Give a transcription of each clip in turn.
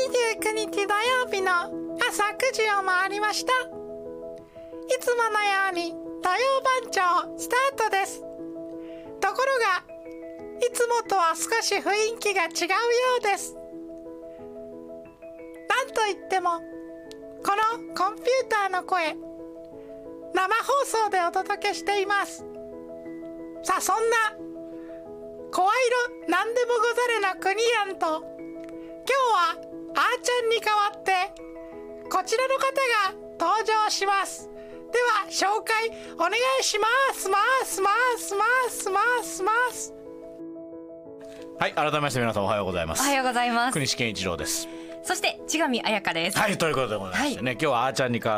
29日土曜日の朝9時を回りました。いつものように土曜番長スタートです。ところがいつもとは少し雰囲気が違うようです。なんといってもこのコンピューターの声、生放送でお届けしています。さあ、そんな声色なんでもござれの国やんと、今日はあーちゃんに代わってこちらの方が登場します。では紹介お願いします。 はい、改めまして皆さんおはようございます。 おはようございます。 国士健一郎です。 そして千上彩香です。 はい、ということでございましてね、今日はあーちゃんに代わって、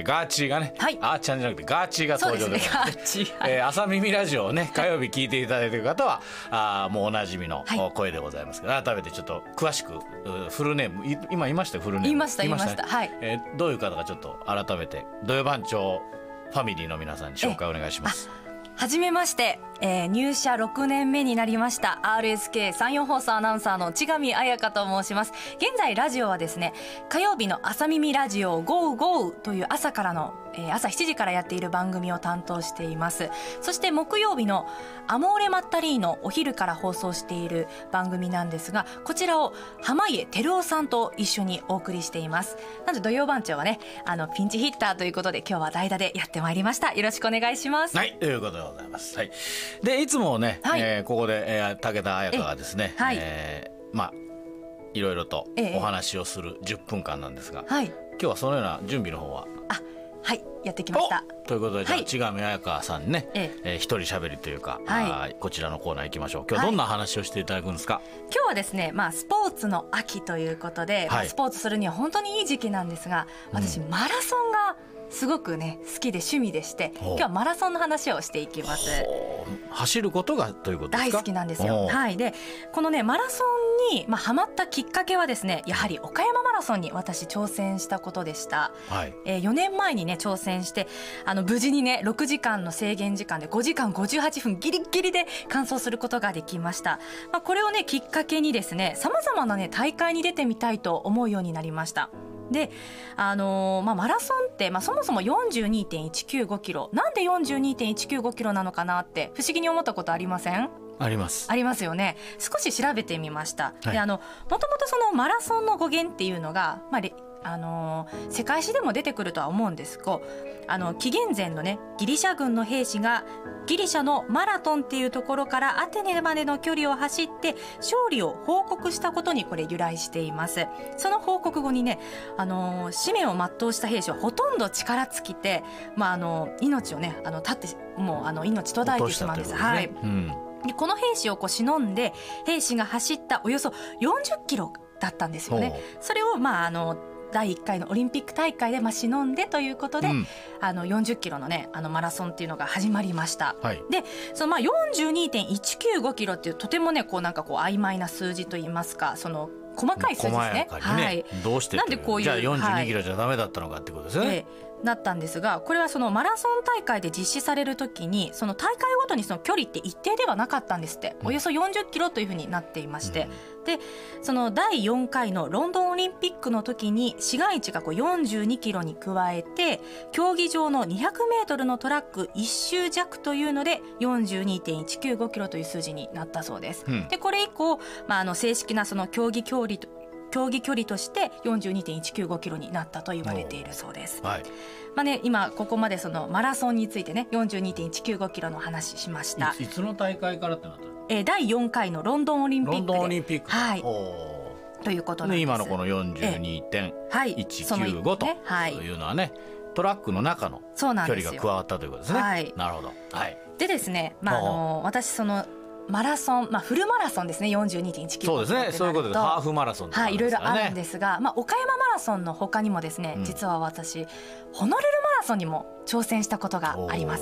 ガーチーがね、あーちゃんじゃなくてガーチーが登場でございますね。朝耳ラジオをね、火曜日聞いていただいている方はもうおなじみの声でございますけど、改めてちょっと詳しくフルネーム今言いましたよ。フルネーム言いました。はい、 どういう方かちょっと改めて土曜番長ファミリーの皆さんに紹介お願いします。 はじめまして、入社6年目になりました RSK 山陽放送アナウンサーの千上彩香と申します。現在ラジオはですね、火曜日の朝耳ラジオ GO!GO! という朝からの、朝7時からやっている番組を担当しています。そして木曜日のアモーレマッタリーノお昼から放送している番組なんですが、こちらを濱家照夫さんと一緒にお送りしています。なので土曜番長はね、ピンチヒッターということで今日は代打でやってまいりました。よろしくお願いします。 はい、ということでございます。はい、でいつもね、ここで、武田彩香がですね、いろいろとお話をする10分間なんですが、今日はそのような準備の方ははい、やってきました。 ということで、じゃあ千上彩香さんにね、一人喋りというか、こちらのコーナー行きましょう。今日はどんな話をしていただくんですか？ 今日はですね、スポーツの秋ということで、スポーツするには本当にいい時期なんですが、私マラソンがすごくね好きで趣味でして、今日はマラソンの話をしていきます。 走ることがということですか？ 大好きなんですよ。はい、でこのねマラソンにハマったきっかけはですね、やはり岡山マラソンに私挑戦したことでした。4年前にね挑戦して、無事にね6時間の制限時間で5時間58分ギリギリで完走することができました。これをねきっかけにですね、さまざまなね大会に出てみたいと思うようになりました。でマラソンって、そもそも 42.195 キロ、なんで 42.195 キロなのかなって不思議に思ったことありません？ ありますよね。少し調べてみました。でもともとそのマラソンの語源っていうのが、世界史でも出てくるとは思うんですが、紀元前のねギリシャ軍の兵士がギリシャのマラトンっていうところからアテネまでの距離を走って勝利を報告したことにこれ由来しています。その報告後にね、使命を全うした兵士はほとんど力尽きて、命をね絶ってもう命途絶えてしまうんです。でこの兵士を忍んで兵士が走ったおよそ40キロだったんですよね。それを第1回のオリンピック大会で忍んでということで、40キロのねマラソンっていうのが始まりました。でその42.195 キロっていうとてもね曖昧な数字といいますか、その細かい数字ですね。 どうしてなんでこういうじゃあ42キロじゃダメだったのかってことですよね。 だったんですが、これはそのマラソン大会で実施されるときにその大会ごとにその距離って一定ではなかったんですって。およそ40キロというふうになっていまして、でその第4回のロンドンオリンピックの時に市街地が42キロに加えて競技場の200メートルのトラック1周弱というので 42.195 キロという数字になったそうです。でこれ以降、正式なその競技距離として 42.195 キロになったと言われているそうです。今ここまでそのマラソンについてね 42.195 キロの話しました。 いつの大会からってなったの？ 第4回のロンドンオリンピックで。 ロンドンオリンピック、 ということなんです。 今のこの 42.195 というのはね、トラックの中の距離が加わったということですね。なるほど。 でですね、私そのマラソン、フルマラソンですね、 42.195 そうですね、そういうことでハーフマラソンとかいろいろあるんですが、岡山マラソンの他にもですね、実は私ホノルルマラソンにも挑戦したことがあります。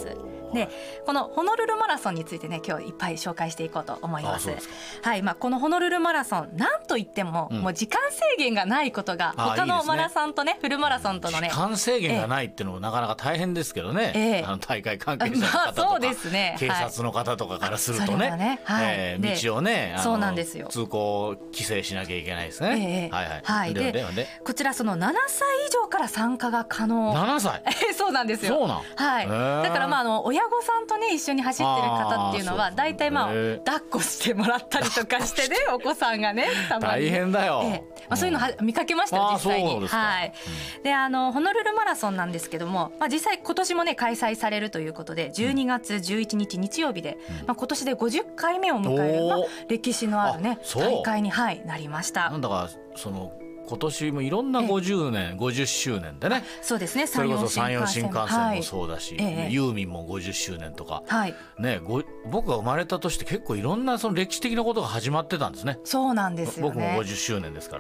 でこのホノルルマラソンについてね今日いっぱい紹介していこうと思います。はい、このホノルルマラソンなんといっても、もう時間制限がないことが他のマラソンとねフルマラソンとのね時間制限がないっていうのもなかなか大変ですけどね、大会関係者の方とか、 そうですね、 警察の方とかからするとね、道をねそうなんですよ、 通行規制しなきゃいけないですね。 でこちらその7歳以上から参加が可能。 7歳そうなんですよ。 そうなん、 はい、だから親御さんとね一緒に走ってる方っていうのは大体抱っこしてもらったりとかしてねお子さんがねたまに大変だよ、 そういうの見かけましたよ実際に。はい、でホノルルマラソンなんですけども、実際今年もね開催されるということで12月11日日曜日で、今年で50回目を迎える、歴史のあるね大会に、なりました。 なんだかその今年もいろんな50年、50周年でね、 そうですね、 それこそ山陽新幹線もそうだし、ユーミンも50周年とか、ね、僕が生まれた年って結構いろんなその歴史的なことが始まってたんですね。 そうなんですよね。 僕も50周年ですから。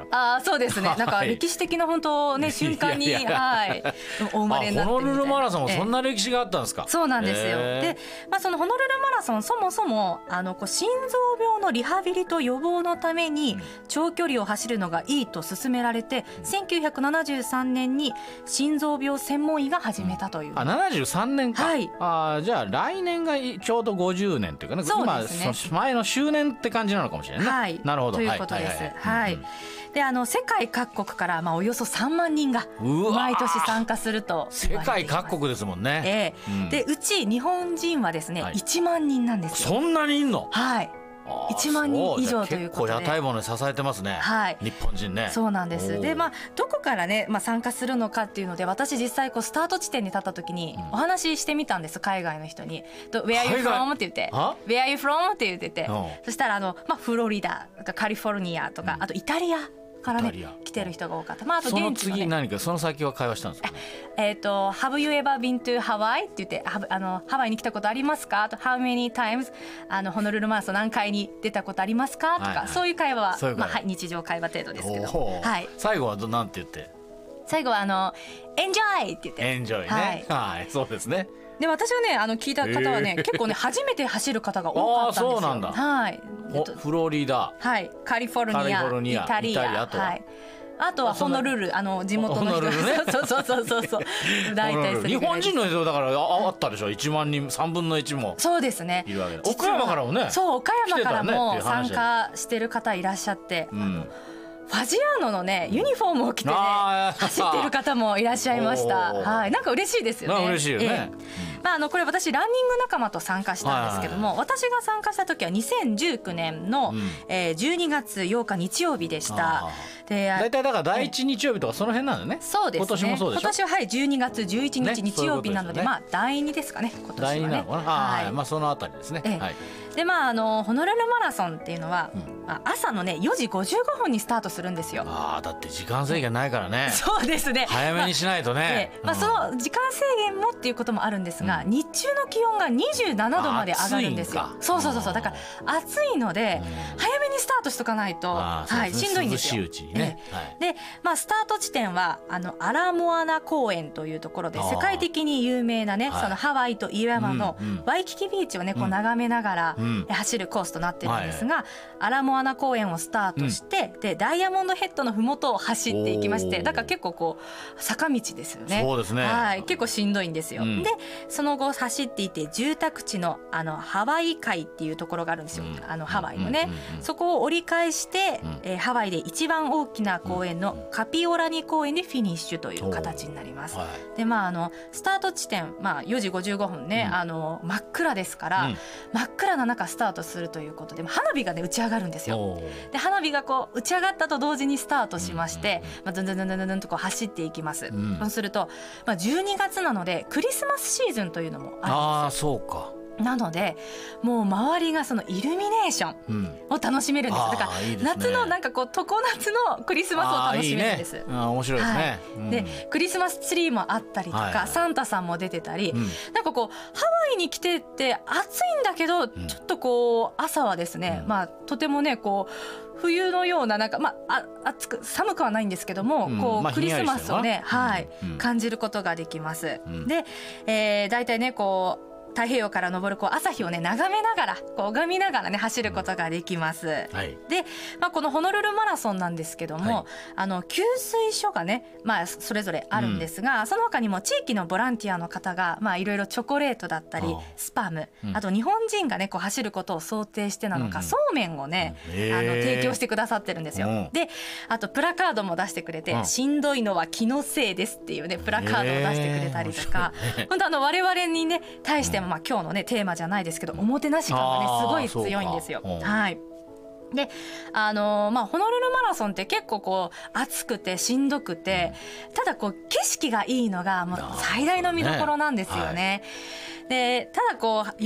そうですね、なんか歴史的な本当ね瞬間にお生まれになってみたいな。 ホノルルマラソンもそんな歴史があったんですか。 そうなんですよ。で、そのホノルルマラソンそもそも心臓病のリハビリと予防のために長距離を走るのがいいと勧められて、1973年に心臓病専門医が始めたという。 73年か。じゃあ来年がちょうど50年というかね、今その前の周年って感じなのかもしれないね。なるほど。 ということです。で世界各国からおよそ3万人が毎年参加すると言われています。 世界各国ですもんね。 でうち日本人はですね、1万人なんですよ。 そんなにいんの。 はい、1万人以上ということで、 結構屋台骨支えてますね、日本人ね。 そうなんです。でどこからね、参加するのかっていうので、私実際スタート地点に立った時にお話ししてみたんです、海外の人に。Where are you from? って言って Where are you from? って言ってて、そしたらフロリダとかカリフォルニアとか、あとイタリアからね来てる人が多かった。あと現地のね、 その次何かその先は会話したんですかね。 Have you ever been to Hawaii? って言って、ハワイに来たことありますか？あと How many times? ホノルルマラソン何回に出たことありますか？とか、そういう会話は日常会話程度ですけど、 最後はなんて言って？ 最後はEnjoy って言って。 Enjoy ね。はい、そうですね。 で私はね聞いた方はね、結構ね初めて走る方が多かったんですよ。 そうなんだ。 はい。 フロリダ、 カリフォルニア、イタリア、あとはホノルル、地元の人、そう大体日本人の人だからあったでしょ。1万人3分の1も。 そうですね。 いるわけで。岡山からもね。 そう、岡山からも参加してる方いらっしゃって。ファジアーノのねユニフォームを着てね走ってる方もいらっしゃいました。なんか嬉しいですよね。 嬉しいよね。 これ私ランニング仲間と参加したんですけども、私が参加した時は2019年の12月8日日曜日でした。 大体だから第1日曜日とかその辺なんだね。 そうですね。 今年もそうでしょ。 今年は12月11日日曜日なので、第2ですかね、今年はね。第2なのかな。そのあたりですね。 でホノルルマラソンっていうのは朝のね4時55分にスタートするんですよ。 だって時間制限ないからね。 そうですね。 早めにしないとね。 その時間制限もっていうこともあるんですが、日中の気温が27度まで上がるんですよ。そうだから暑いので早めにスタートしとかないとしんどいんですよ。でスタート地点はアラモアナ公園というところで世界的に有名なね、そのハワイと岩山のワイキキビーチをね眺めながら走るコースとなってるんですが、アラモアナ公園をスタートして、でダイヤモンドヘッドのふもとを走っていきまして、だから結構坂道ですよね。 そうですね。 結構しんどいんですよ。でその後走っていて住宅地のハワイ海っていうところがあるんですよ。ハワイのね、そこを折り返して、ハワイで一番大きな公園のカピオラニ公園でフィニッシュという形になります。でスタート地点、4時55分ね、真っ暗ですから、真っ暗な中スタートするということで花火がね打ち上がるんですよ。で花火が打ち上がったと同時にスタートしまして、ずんずんずんずんずんと走っていきます。そうすると、12月なのでクリスマスシーズンというのもあるんですよ。 そうか。 なのでもう周りがそのイルミネーションを楽しめるんです。だから夏のなんか常夏のクリスマスを楽しめるんです。 面白いですね。 でクリスマスツリーもあったりとか、サンタさんも出てたり、なんかハワイに来てって暑いんだけど、ちょっと朝はですね、とてもね冬のようななんか暑く寒くはないんですけども、クリスマスをね感じることができます。でだいたいね太平洋から昇る朝日をね眺めながら拝みながらね走ることができます。 はい、 で、このホノルルマラソンなんですけども、給水所がね、それぞれあるんですが、その他にも地域のボランティアの方がいろいろチョコレートだったりスパム、あと日本人がね走ることを想定してなのか、そうめんをね提供してくださってるんですよ。であとプラカードも出してくれて、しんどいのは気のせいですっていうねプラカードを出してくれたりとか、本当我々にね対しても今日のねテーマじゃないですけどおもてなし感がねすごい強いんですよ。はい。でホノルルマラソンって結構暑くてしんどくて、ただ景色がいいのがもう最大の見どころなんですよね。でただ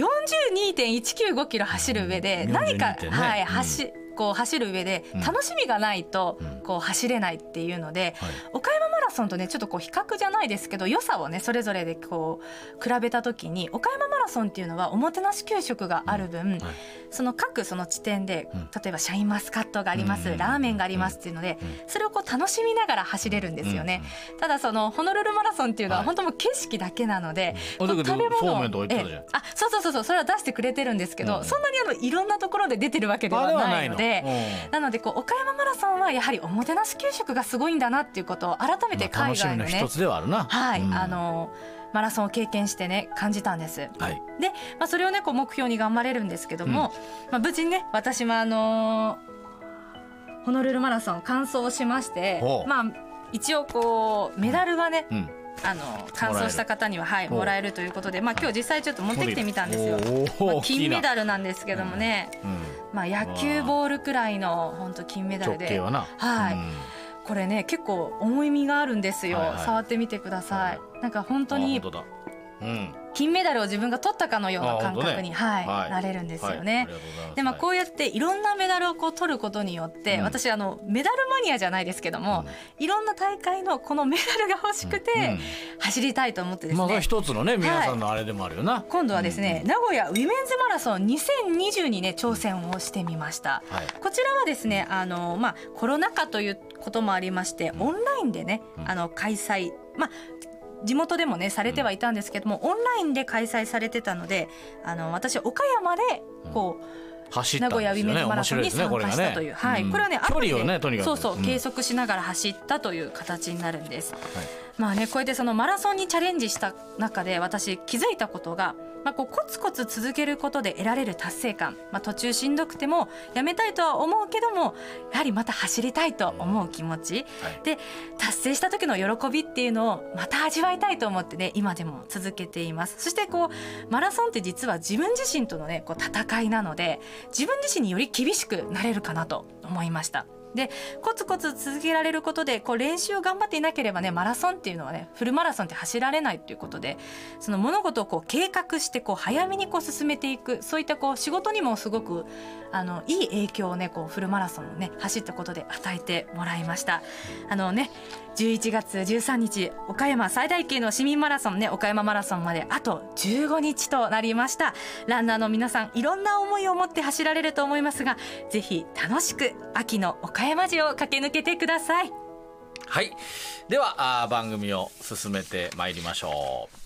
42.195 キロ走る上で何か、走る上で楽しみがないと走れないっていうので、岡山マラソンとねちょっと比較じゃないですけど良さをねそれぞれで比べた時に、岡山マラソンっていうのはおもてなし給食がある分、その各その地点で例えばシャインマスカットがあります、ラーメンがありますっていうので、それを楽しみながら走れるんですよね。ただそのホノルルマラソンっていうのは本当もう景色だけなので、食べ物をそうそれは出してくれてるんですけど、そんなにいろんなところで出てるわけではないので、なので岡山マラソンはやはりおもてなし給食がすごいんだなっていうことを改めて海外のね、 一つではあるな。 はい、マラソンを経験してね感じたんです。で、それをね目標に頑張れるんですけども、無事にね私もホノルルマラソン完走しまして、一応メダルはね、完走した方にはもらえるということで、今日実際ちょっと持ってきてみたんですよ。金メダルなんですけどもね、野球ボールくらいの本当金メダルで、これね結構重みがあるんですよ。触ってみてください。なんか本当に金メダルを自分が取ったかのような感覚に、なれるんですよね。でこうやっていろんなメダルを取ることによって、私メダルマニアじゃないですけども、いろんな大会のこのメダルが欲しくて走りたいと思ってですね、 一つのね皆さんのあれでもあるよな。 今度はですね、名古屋ウィメンズマラソン2020にね挑戦をしてみました。こちらはですねコロナ禍ということもありまして、オンラインでね開催、地元でもねされてはいたんですけども、オンラインで開催されてたので、私岡山で名古屋ウィメンズマラソンに参加したという、これはね距離をねとにかく計測しながら走ったという形になるんです。こうやってそのマラソンにチャレンジした中で私気づいたことが、コツコツ続けることで得られる達成感、途中しんどくてもやめたいとは思うけどもやはりまた走りたいと思う気持ち、で達成した時の喜びっていうのをまた味わいたいと思ってね今でも続けています。そしてマラソンって実は自分自身とのね戦いなので、自分自身により厳しくなれるかなと思いました。でコツコツ続けられることで練習を頑張っていなければねマラソンっていうのはねフルマラソンって走られないということで、その物事を計画して早めに進めていく、そういった仕事にもすごくいい影響をねフルマラソンをね走ったことで与えてもらいました。11月13日岡山最大級の市民マラソンね岡山マラソンまであと15日となりました。ランナーの皆さんいろんな思いを持って走られると思いますが、ぜひ楽しく秋の岡山路を駆け抜けてください。 はい、では番組を進めてまいりましょう。